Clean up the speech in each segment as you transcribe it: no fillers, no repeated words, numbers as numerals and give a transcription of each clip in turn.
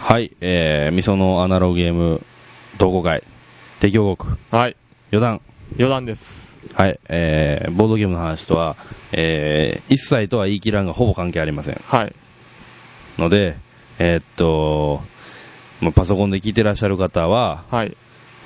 はい、みそのアナログゲーム同好会敵王国、 はい、 余談です。 はい、ボードゲームの話とは、一切とは言い切らんがほぼ関係ありません。 はい。 ので、パソコンで聞いてらっしゃる方は、 はい。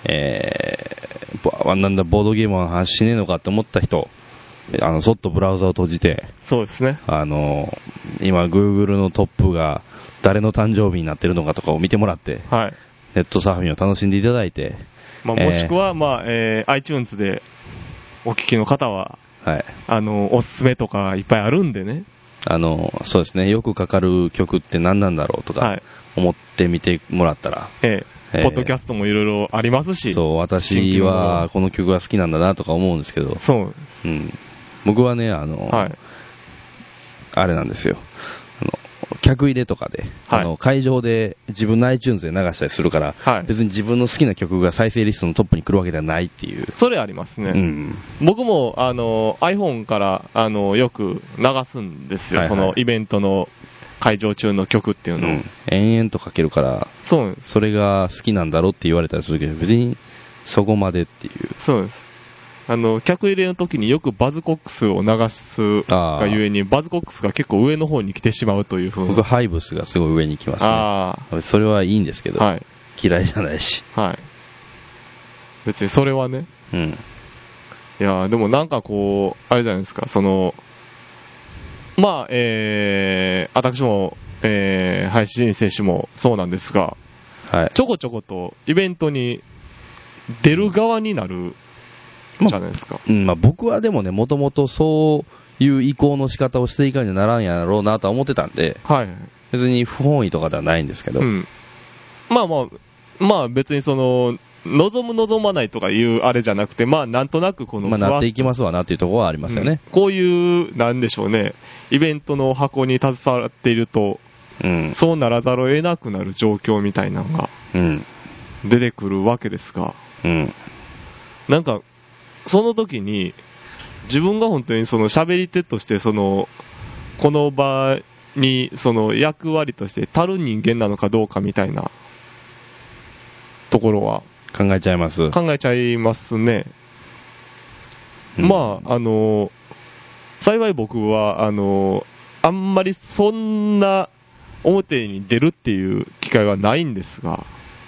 なんだボードゲームの話しねえのかって思った人、そっとブラウザを閉じて、 そうですね。 今 Google のトップが誰の誕生日になってるのかとかを見てもらって、 はい。 ネットサーフィンを楽しんでいただいて、 もしくは、iTunes でお聞きの方は、 はい、 おすすめとかいっぱいあるんでね。 そうですね、よくかかる曲って何なんだろうとか思ってみてもらったら、 ポッドキャストもいろいろありますし、 そう、私はこの曲が好きなんだなとか思うんですけど、 そう、 僕はね、あれなんですよ、客入れとかで、会場で自分の iTunes で流したりするから、別に自分の好きな曲が再生リストのトップに来るわけではないっていう。 それありますね。僕もiPhone からよく流すんですよ、そのイベントの会場中の曲っていうのを。 延々とかけるから、それが好きなんだろって言われたりするけど、別にそこまでっていう。 そうです。客入れの時によくバズコックスを流すがゆえに、バズコックスが結構上の方に来てしまうというふうな。 僕、ハイブスがすごい上に来ますね。それはいいんですけど、嫌いじゃないし。 別にそれはね。いやでもなんかこう、あれじゃないですか、私も、林人選手もそうなんですが、ちょこちょことイベントに出る側になるじゃないですか。 僕はでもね、もともとそういう移行の仕方をしていかにはならんやろうなとは思ってたんで、別に不本意とかではないんですけど。 別に望む望まないとかいうあれじゃなくて、なんとなくなっていきますわなっていうところはありますよね。 こういう、なんでしょうね、イベントの箱に携わっていると、そうならざるを得なくなる状況みたいなのが出てくるわけですが、なんか、その時に、自分が本当に喋り手として、この場に、役割として足る人間なのかどうかみたいなところは、 考えちゃいますね。幸い僕は、あんまりそんな表に出るっていう機会はないんですが、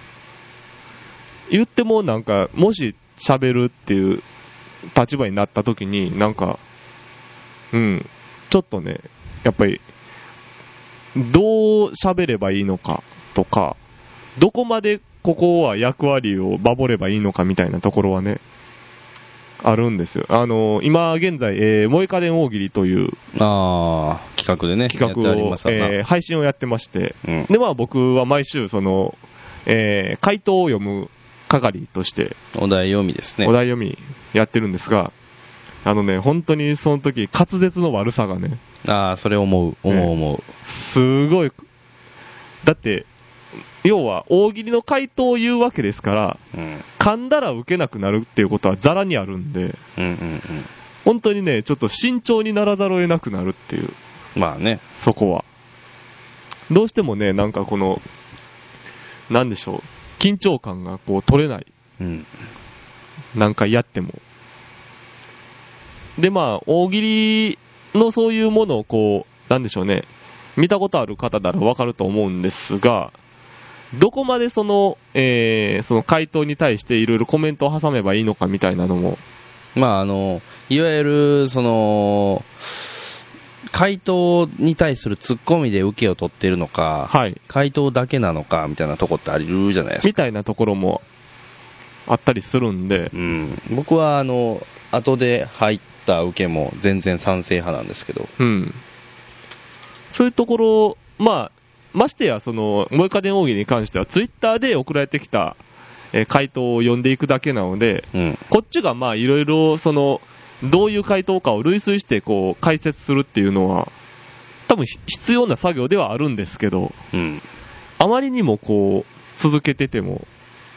言ってもなんか、もし喋るっていう立場になった時に、なんか、ちょっとね、やっぱり、どう喋ればいいのかとか、どこまでここは役割を守ればいいのかみたいなところはね、あるんですよ。今現在、萌え家電大喜利という企画でね、 企画を、配信をやってまして、で、僕は毎週、回答を読む係として、 お題読みですね。 お題読みやってるんですが、本当にその時、滑舌の悪さがね。 それ思う。 すごい。だって、要は大喜利の回答を言うわけですから、噛んだら受けなくなるっていうことはザラにあるんで、本当にね、ちょっと慎重にならざるを得なくなるっていう。そこは。どうしてもね、なんかなんでしょう、緊張感が取れない。なんかやっても。で、大喜利のそういうものをなんでしょうね、見たことある方ならわかると思うんですが、どこまでその回答に対していろいろコメントを挟めばいいのかみたいなのも。 いわゆる、回答に対するツッコミで受けを取っているのか、回答だけなのかみたいなとこってあるじゃないですか。 みたいなところもあったりするんで、 僕は後で入った受けも全然賛成派なんですけど、 そういうところ、ましてや萌え家電大喜利に関してはツイッターで送られてきた、回答を読んでいくだけなので、こっちがいろいろどういう回答かを類推して解説するっていうのは多分必要な作業ではあるんですけど、あまりにも続けてても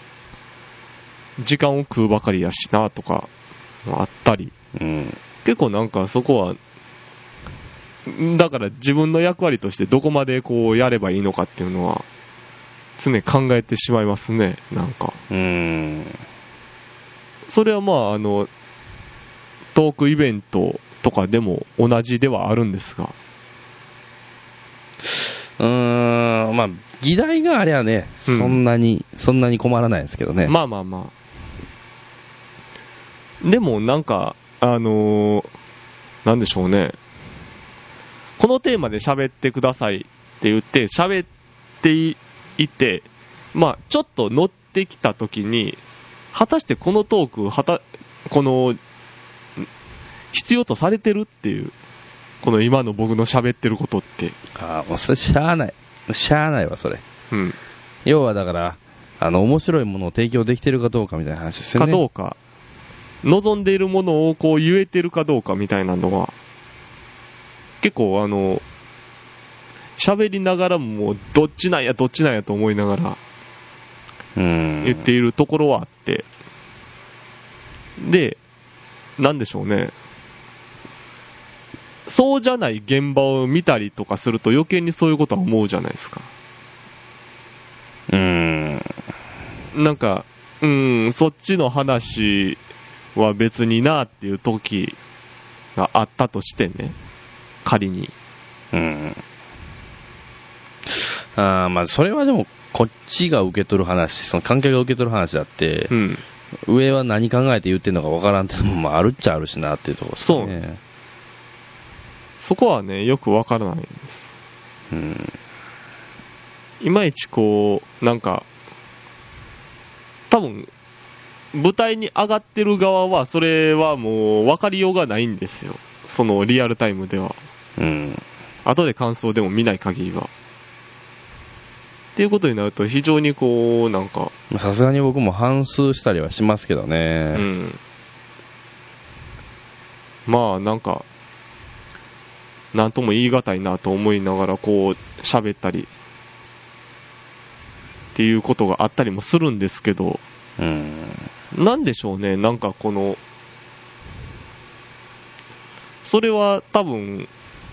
時間を食うばかりやしなとかあったり、結構なんかそこはだから自分の役割としてどこまでやればいいのかっていうのは常考えてしまいますね、なんか。それはまあ、トークイベントとかでも同じではあるんですが。 まあ、議題があれはね、そんなに困らないですけどね。 まあまあまあ。でもなんか、なんでしょうね。このテーマで喋ってくださいって言って喋っていて、まあちょっと乗ってきたときに、果たしてこのトーク、この、必要とされてるっていう、この今の僕の喋ってることって。 もうそれしゃあないわ、それ。要はだから、面白いものを提供できてるかどうかみたいな話ですよね。 かどうか。望んでいるものをこう言えてるかどうかみたいなのは、結構喋りながらもどっちなんやと思いながら言っているところはあって、で、なんでしょうね、そうじゃない現場を見たりとかすると余計にそういうことは思うじゃないですか。なんか、そっちの話は別になっていう時があったとしてね、仮に。 まあ、それはでも、こっちが受け取る話、その観客が受け取る話だって、上は何考えて言ってるのかわからんっていうのもあるっちゃあるしなっていうところですね。 そう。そこはね、よくわからないんです。いまいちこう、なんか、多分、舞台に上がってる側は、それはもう分かりようがないんですよ。そのリアルタイムでは。後で感想でも見ない限りは。っていうことになると非常にこう、なんか。 さすがに僕も反芻したりはしますけどね。 まあなんか、なんとも言い難いなと思いながらこう、喋ったり、っていうことがあったりもするんですけど、なんでしょうね、なんかこの、それは多分、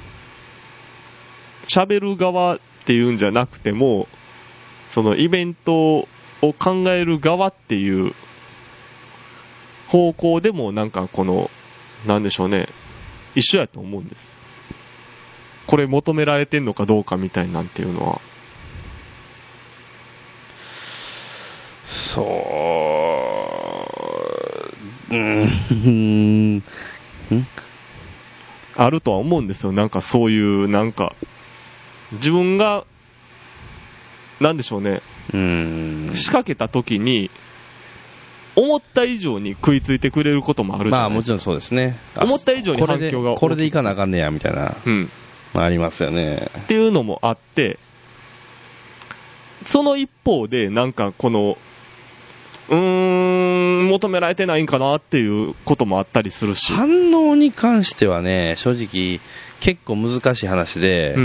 喋る側っていうんじゃなくても、そのイベントを考える側っていう方向でもなんかこの、なんでしょうね、一緒やと思うんです。これ求められてんのかどうかみたいなんていうのは。あるとは思うんですよ。なんかそういう、なんか、自分が、なんでしょうね。仕掛けた時に、思った以上に食いついてくれることもあるじゃないですか。 まあもちろんそうですね。 思った以上に反響がこれでいかなあかんねや、みたいな。まあありますよね。 っていうのもあって、その一方で、なんかこの、求められてないんかなっていうこともあったりするし。 反応に関してはね、正直、結構難しい話で、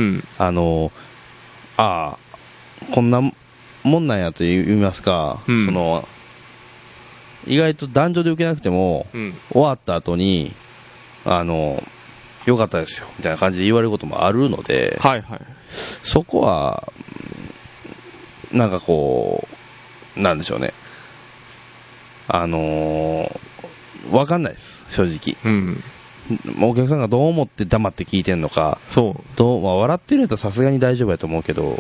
こんなもんなんやと言いますか、その、意外と男女で受けなくても、終わった後に、よかったですよ、みたいな感じで言われることもあるので、そこは、なんかこう、なんでしょうね。わかんないです、正直。お客さんがどう思って黙って聞いてんのか、笑ってるやつはさすがに大丈夫やと思うけど、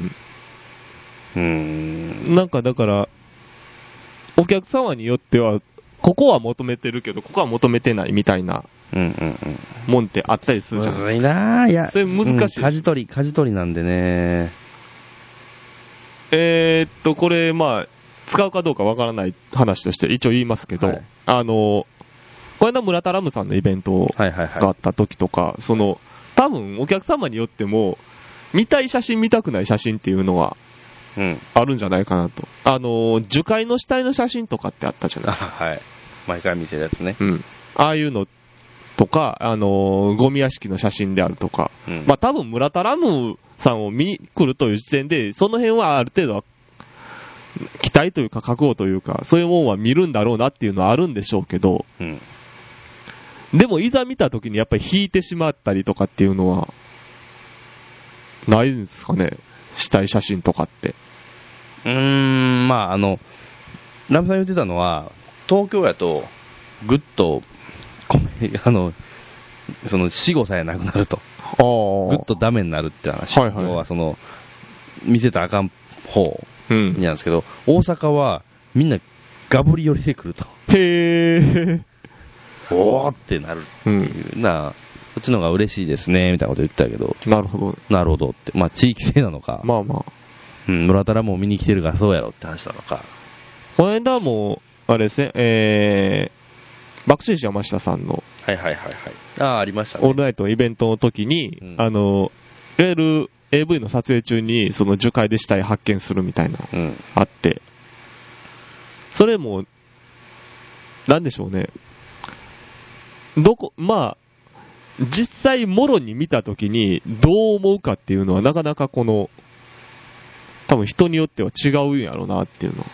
なんかだから、お客様によっては、ここは求めてるけど、ここは求めてないみたいな、もんってあったりするじゃないですか。 むずいなぁ、いや、 それ難しい。 舵取りなんでね。 これ、まあ、使うかどうかわからない話として一応言いますけど、これの村田ラムさんのイベントがあった時とか、その、多分お客様によっても、見たい写真見たくない写真っていうのは、あるんじゃないかなと。樹海の死体の写真とかってあったじゃないですか。 毎回見せるやつね。 ああいうのとか、ゴミ屋敷の写真であるとか、まあ多分村田ラムさんを見に来るという時点で、その辺はある程度は、期待というか覚悟というか、そういうもんは見るんだろうなっていうのはあるんでしょうけど、でもいざ見た時にやっぱり引いてしまったりとかっていうのは、ないんですかね、死体写真とかって。 まあラムさん言ってたのは、東京やとぐっとその死後さえなくなると、ぐっとダメになるって話、はいはい、要はその見せたらあかん方なんですけど、大阪はみんなガブリ寄りで来ると、 へー、 おーってなるっていうな、こっちの方が嬉しいですねみたいなこと言ってたけど、 なるほど、 なるほどって、まあ地域性なのか、 まあまあ、 村田らも見に来てるからそうやろって話なのか。 この間もあれですね、爆心師山下さんの、 はいはいはいはい、ありましたね、 オールナイトのイベントの時に、いわゆる AV の撮影中にその樹海で死体発見するみたいな、あって、それもなんでしょうね、まあ実際もろに見た時にどう思うかっていうのはなかなかこの多分人によっては違うんやろうなっていうの。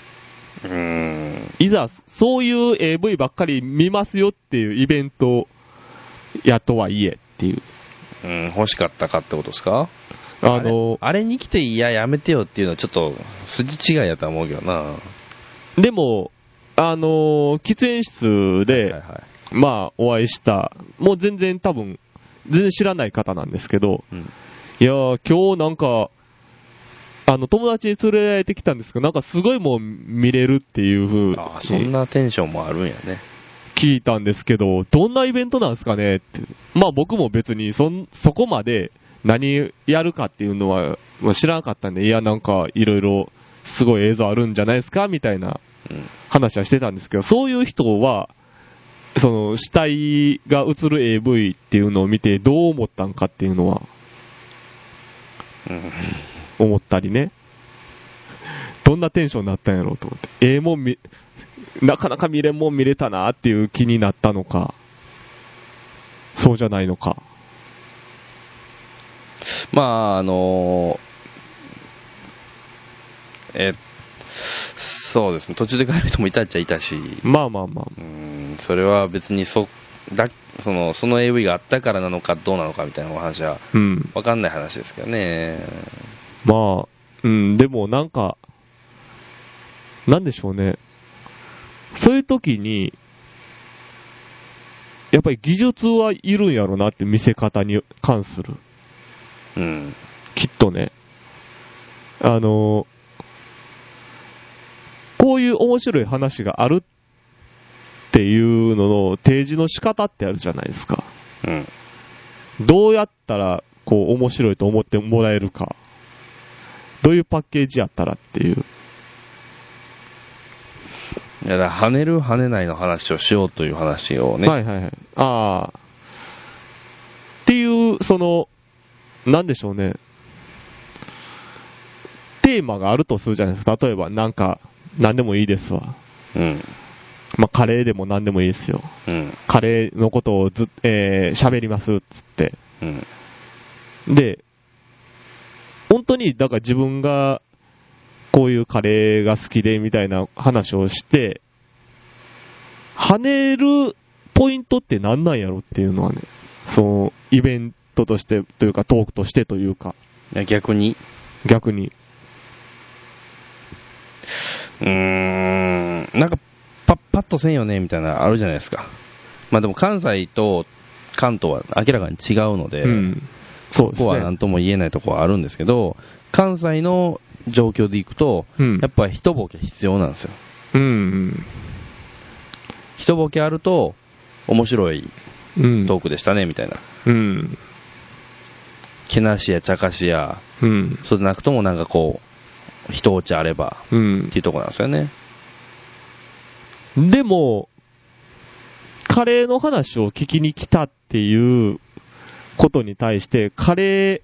いざそういう AV ばっかり見ますよっていうイベントやとはいえっていう。 欲しかったかってことですか？あれに来ていややめてよっていうのはちょっと筋違いやと思うけどな。 でも喫煙室で、はいはいはい、まあお会いしたもう全然知らない方なんですけど、いやー今日なんか友達に連れられてきたんですけど、なんかすごいもう見れるっていう風に、 そんなテンションもあるんやね。 聞いたんですけど、どんなイベントなんですかねって。まあ僕も別にそこまで何やるかっていうのは知らなかったんで、いやなんかいろいろすごい映像あるんじゃないですかみたいな話はしてたんですけど、そういう人はその死体が映る AV っていうのを見てどう思ったんかっていうのは、思ったりね、どんなテンションになったんやろうと思って、もんなかなか見れんもん見れたなっていう気になったのか、そうじゃないのか。 まあそうですね、途中で帰る人もいたっちゃいたし、 まあまあまあ、 それは別にその AV があったからなのかどうなのかみたいなお話は分かんない話ですけどね。 まあでもなんかなんでしょうね、そういう時にやっぱり技術はいるんやろなって、見せ方に関する、きっとね、こういう面白い話があるっていうのの提示の仕方ってあるじゃないですか。どうやったらこう面白いと思ってもらえるか、どういうパッケージやったらっていう。 いやだ跳ねる跳ねないの話をしようという話をね。 はいはいはい。っていうそのなんでしょうね。テーマがあるとするじゃないですか。例えばなんか何でもいいですわ。まあカレーでも何でもいいですよ。カレーのことを喋りますっつって。で本当にだから自分がこういうカレーが好きでみたいな話をして、跳ねるポイントって何なんやろっていうのはね、そうイベントとしてというかトークとしてというか、 逆になんかパッとせんよねみたいなのあるじゃないですか。まあでも関西と関東は明らかに違うので、そこは何とも言えないところはあるんですけど、関西の状況でいくと、やっぱり一ボケ必要なんですよ。一ボケあると面白いトークでしたねみたいな。けなしや茶化しや、そうでなくともなんかこう一オチあればっていうところなんですよね。 でもカレーの話を聞きに来たっていうことに対してカレ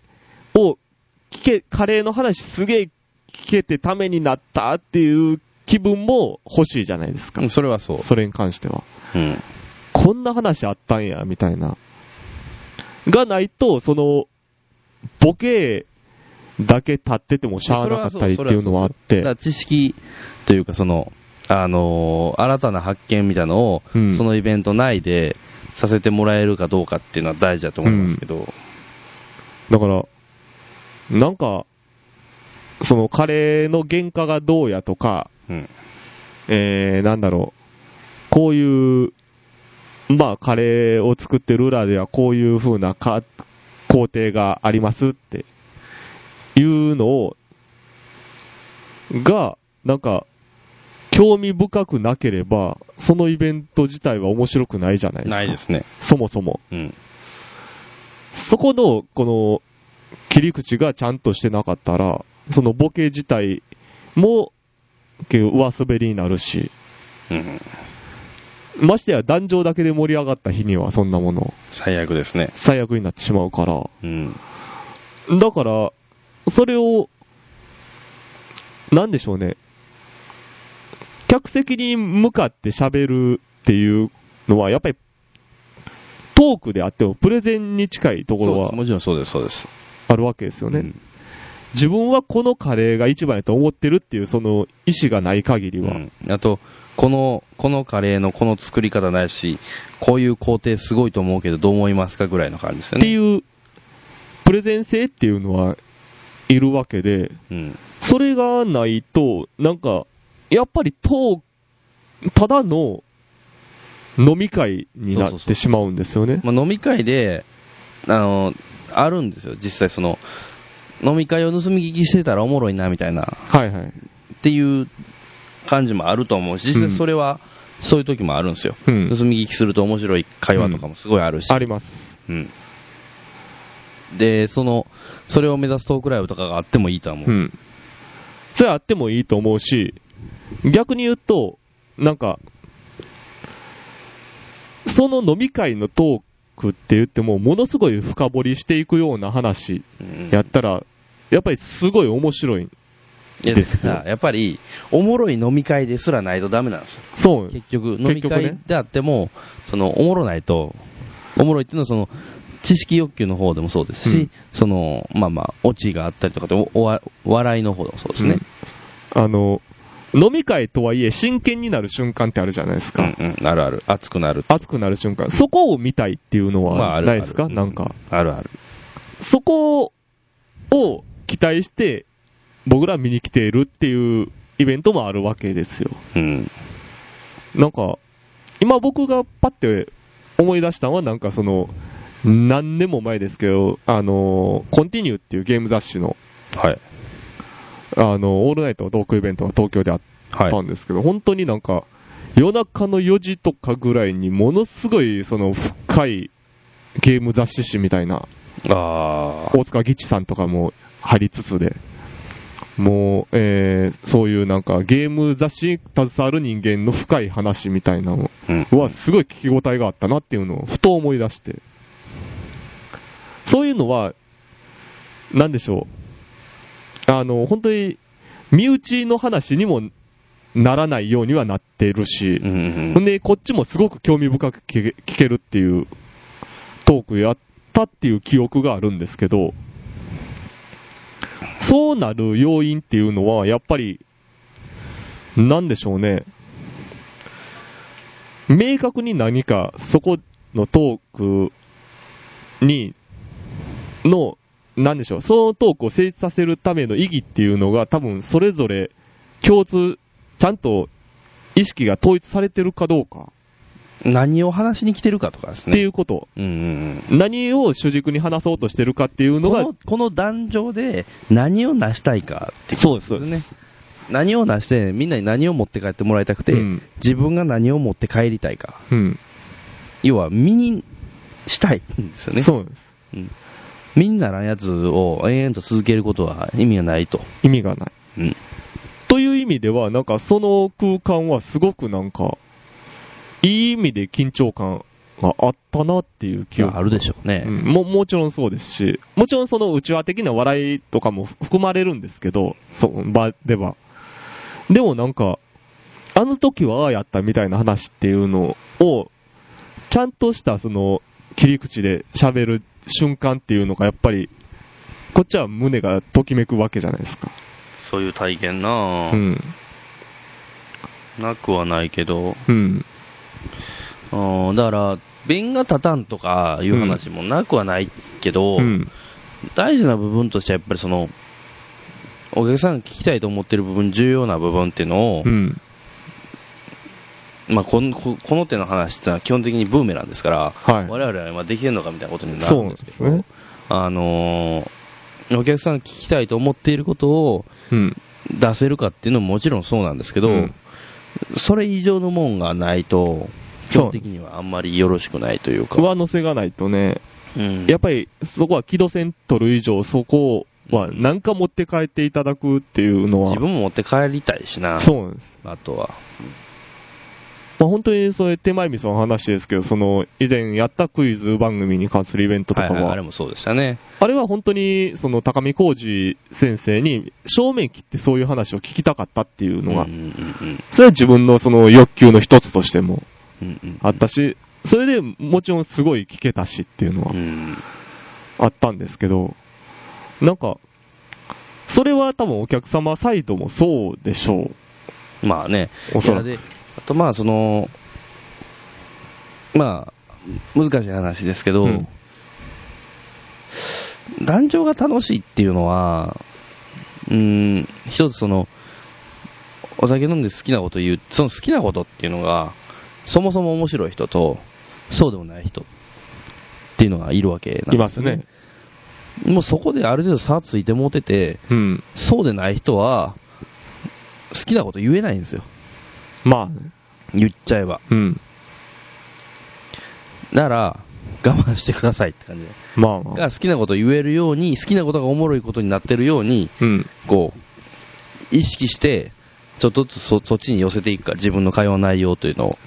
ーの話すげえ聞けてためになったっていう気分も欲しいじゃないですか。 それはそう。 それに関しては。こんな話あったんやみたいながないと、そのボケだけ立っててもしゃあなかったりっていうのはあって、 だから知識というかその新たな発見みたいなのを、そのイベント内でさせてもらえるかどうかっていうのは大事だと思いますけど、 だからなんかそのカレーの原価がどうやとか、なんだろう、こういう、まあカレーを作ってる裏ではこういう風な工程がありますっていうのを、が、なんか、興味深くなければ、そのイベント自体は面白くないじゃないですか。 ないですね。 そもそも。そこの、この、切り口がちゃんとしてなかったら、そのボケ自体も、上滑りになるし、ましてや壇上だけで盛り上がった日にはそんなもの。 最悪ですね。 最悪になってしまうから。だから、それを、なんでしょうね。客席に向かって喋るっていうのは、やっぱり、トークであってもプレゼンに近いところは、 もちろんそうです、そうです。 あるわけですよね。自分はこのカレーが一番やと思ってるっていうその意思がない限りは。 あと、このカレーのこの作り方ないし、こういう工程すごいと思うけどどう思いますかぐらいの感じですよね。 っていう、プレゼン性っていうのはいるわけで、それがないと、なんか、やっぱりただの飲み会になってしまうんですよね。 飲み会で、あるんですよ、実際その、飲み会を盗み聞きしてたらおもろいなみたいな、っていう感じもあると思うし、実際それはそういう時もあるんですよ。盗み聞きすると面白い会話とかもすごいあるし。 あります。 で、それを目指すトークライブとかがあってもいいと思う。 それあってもいいと思うし、逆に言うと、なんか、その飲み会のトークって言っても、ものすごい深掘りしていくような話やったら、やっぱりすごい面白いんですよ。 やっぱり、おもろい飲み会ですらないとダメなんですよ。 そう。 結局、飲み会であっても、おもろないと、おもろいっていうのはその、知識欲求の方でもそうですし、オチがあったりとかで、笑いの方でもそうですね。 飲み会とはいえ真剣になる瞬間ってあるじゃないですか。 あるある。熱くなる瞬間。そこを見たいっていうのはないですか、なんか。 あるある。 そこを期待して僕ら見に来ているっていうイベントもあるわけですよ。なんか、今僕がパッて思い出したのはなんかその、何年も前ですけど、コンティニューっていうゲーム雑誌の、オールナイトトークイベントが東京であったんですけど、本当になんか、夜中の4時とかぐらいにものすごいその深いゲーム雑誌誌みたいな、大塚義知さんとかも入りつつで、もう、そういうなんかゲーム雑誌に携わる人間の深い話みたいなのはすごい聞き応えがあったなっていうのをふと思い出して、そういうのは、なんでしょう。本当に、身内の話にもならないようにはなっているし、ほんで、こっちもすごく興味深く聞けるっていうトークやったっていう記憶があるんですけど、そうなる要因っていうのは、やっぱり、なんでしょうね。明確に何か、そこのトークの、なんでしょう、そのトークを成立させるための意義っていうのが多分それぞれ共通、ちゃんと意識が統一されてるかどうか。 何を話しに来てるかとかですね。 っていうこと。何を主軸に話そうとしてるかっていうのが。 この壇上で何を成したいかっていうことですね。何を成して、みんなに何を持って帰ってもらいたくて、自分が何を持って帰りたいか。要は、身にしたいんですよね。 そうです。 みんなのやつを延々と続けることは意味がないと。 意味がない。という意味では、なんかその空間はすごくなんか、いい意味で緊張感があったなっていう記憶があるでしょうね。 もちろんそうですし、もちろんその内輪的な笑いとかも含まれるんですけど、その場では。でもなんか、あの時はああやったみたいな話っていうのを、ちゃんとしたその切り口で喋る瞬間っていうのがやっぱり、こっちは胸がときめくわけじゃないですか。 そういう体験なぁ。なくはないけど。だから、弁が立たんとかいう話もなくはないけど、大事な部分としてはやっぱりその、 お客さんが聞きたいと思ってる部分、重要な部分っていうのを、まあ、この手の話ってのは基本的にブーメランですから、はい、我々は今できてるのかみたいなことになるんですけど、ね、お客さんが聞きたいと思っていることを出せるかっていうのももちろんそうなんですけど、それ以上のもんがないと、基本的にはあんまりよろしくないというか。 上乗せがないとね、やっぱりそこは軌道線取る以上、そこは何か持って帰っていただくっていうのは。 自分も持って帰りたいしな。 そうなんです。 あとは。 まあ、本当にそういう手前味噌の話ですけど、以前やったクイズ番組に関するイベントとかは、 あれもそうでしたね。 あれは本当に高見浩二先生に正面切ってそういう話を聞きたかったっていうのが、それは自分の欲求の一つとしてもあったし、それでもちろんすごい聞けたしっていうのはあったんですけど、なんか、それは多分お客様サイドもそうでしょう。まあね。おそらく。あとまあまあ、難しい話ですけど、壇上が楽しいっていうのは、一つお酒飲んで好きなこと言う、その好きなことっていうのが、そもそも面白い人と、そうでもない人っていうのがいるわけなんですね。いますね。もうそこである程度差ついてもうてて、そうでない人は、好きなこと言えないんですよ。 まあ、 言っちゃえば。だから、我慢してくださいって感じで。 まあまあ。 が好きなこと言えるように、好きなことがおもろいことになってるように、こう、意識して、ちょっとずつそっちに寄せていくか、自分の会話内容というのを。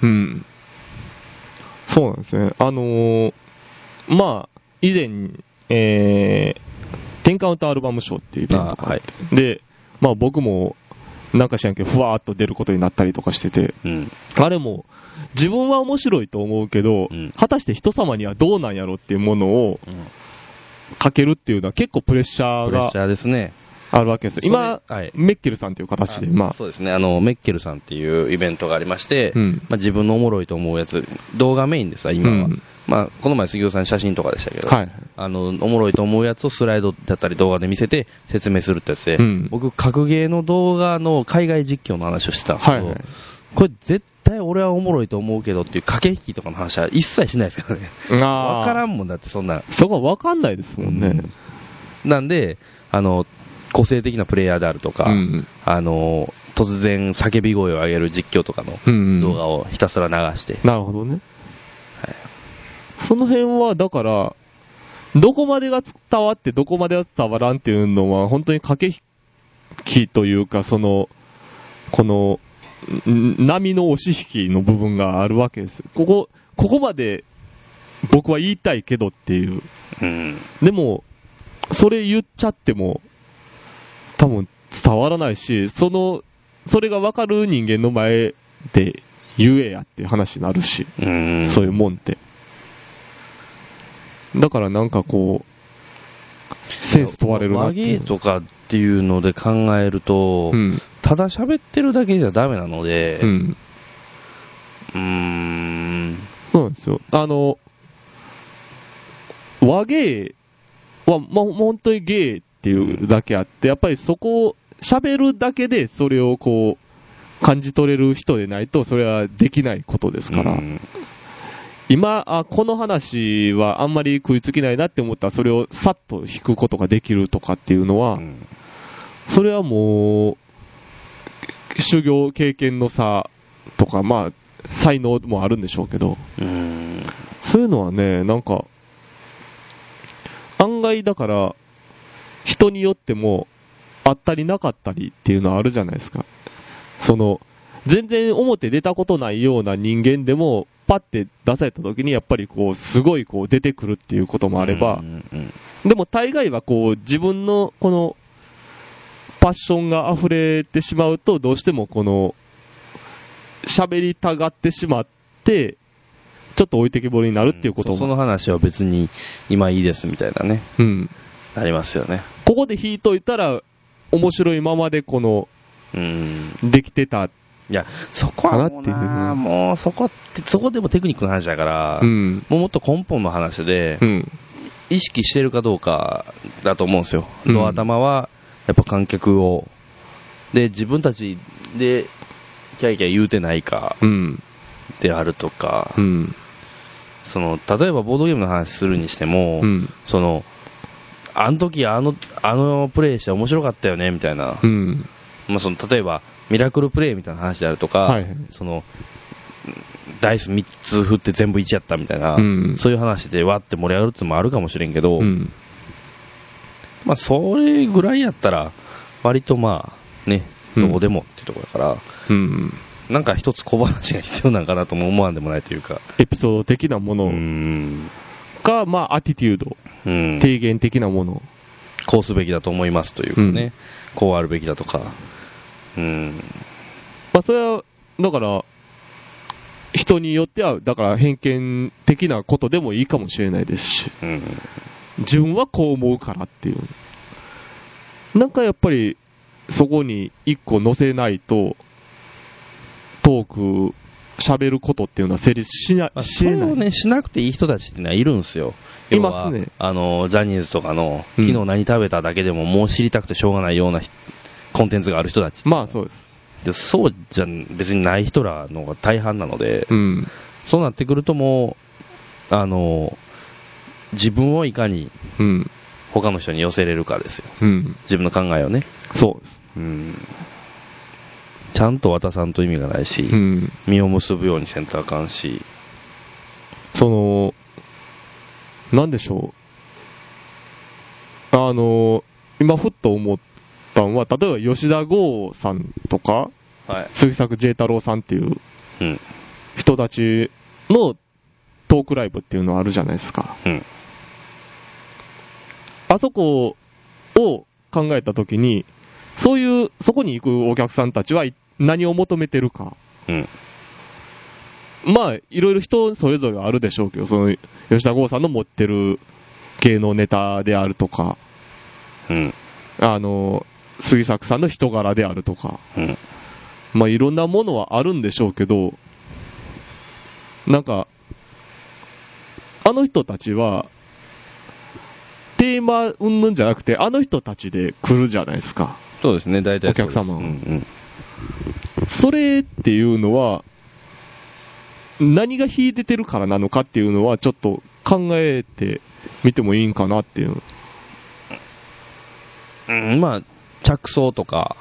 そうなんですね。まあ、以前、10カウントアルバムショーっていうイベントがあって、で、まあ僕も、なんか知らんけど、ふわーっと出ることになったりとかしてて、あれも、自分は面白いと思うけど、果たして人様にはどうなんやろっていうものを、かけるっていうのは結構プレッシャーが、あるわけです。今、メッケルさんという形で、まあ。 そうですね、メッケルさんっていうイベントがありまして、まあ自分のおもろいと思うやつ、動画メインでさ、今は。まあ、この前杉尾さん写真とかでしたけど、おもろいと思うやつをスライドだったり動画で見せて説明するってやつで、僕、格ゲーの動画の海外実況の話をしてたんですけど、これ絶対俺はおもろいと思うけどっていう駆け引きとかの話は一切しないですからね。わからんもんだってそんな。 そこはわかんないですもんね。 なんで、個性的なプレイヤーであるとか、突然叫び声を上げる実況とかの動画をひたすら流して。 なるほどね。その辺は、だから、どこまでが伝わってどこまでが伝わらんっていうのは、本当に駆け引きというか、この、波の押し引きの部分があるわけです。ここまで僕は言いたいけどっていう。でも、それ言っちゃっても、多分伝わらないし、それが分かる人間の前で言えやっていう話になるし、そういうもんって。だからなんかこう、センス問われるなっていう。 和芸とかっていうので考えると、ただ喋ってるだけじゃダメなので、 そうなんですよ。和芸は、まあ、本当に芸っていうだけあって、やっぱりそこを喋るだけでそれをこう、感じ取れる人でないと、それはできないことですから。今、この話はあんまり食いつきないなって思ったら、それをさっと引くことができるとかっていうのは、それはもう、修行経験の差とか、まあ、才能もあるんでしょうけど、そういうのはね、なんか、案外だから、人によっても、あったりなかったりっていうのはあるじゃないですか。全然表出たことないような人間でも、パッて出された時にやっぱりこう、すごいこう出てくるっていうこともあれば、でも大概はこう、自分のこの、パッションが溢れてしまうと、どうしてもこの、喋りたがってしまって、ちょっと置いてけぼりになるっていうことも。 その話は別に今いいですみたいなね。ありますよね。 ここで引いといたら、面白いままでこの、できてた。 いや、そこはもうそこでもテクニックの話だから、もっと根本の話で、意識してるかどうかだと思うんですよ。ドア玉はやっぱ観客を、で、自分たちでキャイキャイ言うてないか、であるとか、その、例えばボードゲームの話するにしても、その、あの時あのプレイして面白かったよね、みたいな。まあその、例えば、ミラクルプレイみたいな話であるとか、その、ダイス3つ振って全部1やったみたいな、そういう話でわって盛り上がるってのもあるかもしれんけど、まあそれぐらいやったら、割とまあ、ね、どこでもっていうところだから、なんか一つ小話が必要なんかなとも思わんでもないというか。 エピソード的なものか、まあアティテュード、提言的なもの。 こうすべきだと思いますというかね、こうあるべきだとか。 まあそれは、だから、人によっては、だから偏見的なことでもいいかもしれないですし、自分はこう思うからっていう。なんかやっぱり、そこに一個載せないと、トーク、喋ることっていうのは成立しない。 それをね、しなくていい人たちってのはいるんですよ。 いますね。 ジャニーズとかの、昨日何食べただけでももう知りたくてしょうがないようなコンテンツがある人たち。 まあそうです。 でそうじゃ別にない人らのが大半なので、そうなってくるともう、自分をいかに他の人に寄せれるかですよ。自分の考えをね。 そうです。 ちゃんと渡さんと意味がないし、実を結ぶようにせんとあかんし、 なんでしょう。今ふっと思ったのは、例えば吉田剛さんとか、杉作 J 太郎さんっていう人たちのトークライブっていうのあるじゃないですか。あそこを考えたときに、そこに行くお客さんたちは何を求めてるか。まあ、いろいろ人それぞれあるでしょうけど、その、吉田剛さんの持ってる芸能ネタであるとか、杉作さんの人柄であるとか、まあいろんなものはあるんでしょうけど、なんか、あの人たちは、テーマうんぬんじゃなくて、あの人たちで来るじゃないですか。 そうですね、大体そうです。 お客様は。それっていうのは、何が秀でてるからなのかっていうのは、ちょっと考えてみてもいいんかなっていう。 まあ、着想とか、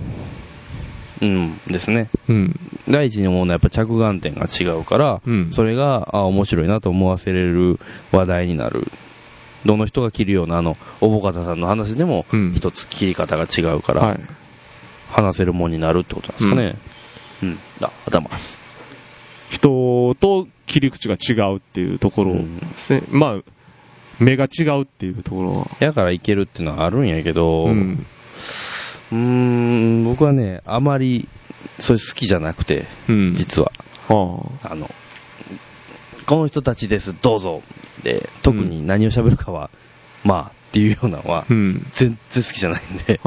ですね。第一に思うのはやっぱ着眼点が違うから、それが面白いなと思わせれる話題になる。どの人が切るようなおぼかたさんの話でも一つ切り方が違うから、話せるもんになるってことなんですかね。頭ます。 人と切り口が違うっていうところですね。まあ、目が違うっていうところは。 やからいけるっていうのはあるんやけど、僕はね、あまりそれ好きじゃなくて、実は。この人たちです、どうぞ。で、特に何を喋るかは、まあ、っていうようなのは、全然好きじゃないんで。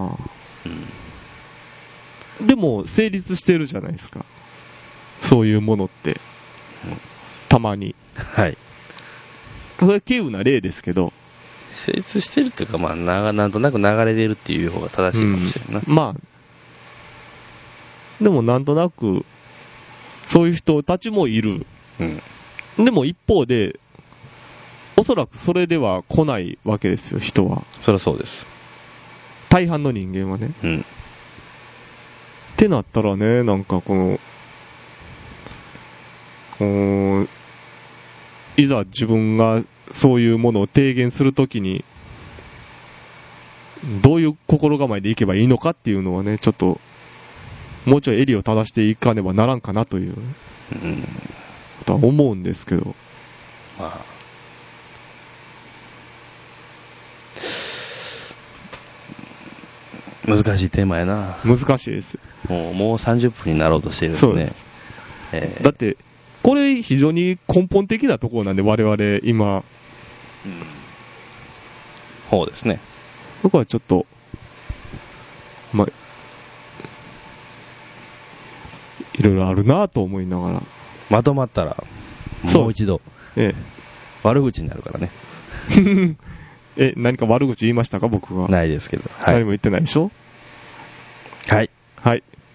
でも、成立してるじゃないですか。そういうものって。たまに。それは稀有な例ですけど。 成立してるっていうか、まあ、なんとなく流れてるっていう方が正しいかもしれんな。 まあ、でもなんとなく、そういう人たちもいる。でも一方で、おそらくそれでは来ないわけですよ、人は。 そりゃそうです。 大半の人間はね。ってなったらね、なんかいざ自分がそういうものを提言するときに、どういう心構えでいけばいいのかっていうのはね、ちょっと、もうちょい襟を正していかねばならんかなという、とは思うんですけど。 難しいテーマやな。 難しいです。 もう30分になろうとしてるんですね。 だって、これ非常に根本的なところなんで、我々今。 そうですね。 僕はちょっと、まあ、いろいろあるなと思いながら。 まとまったら、もう一度、悪口になるからね。 何か悪口言いましたか、僕は。 ないですけど。 何も言ってないでしょ。 はい。 はい。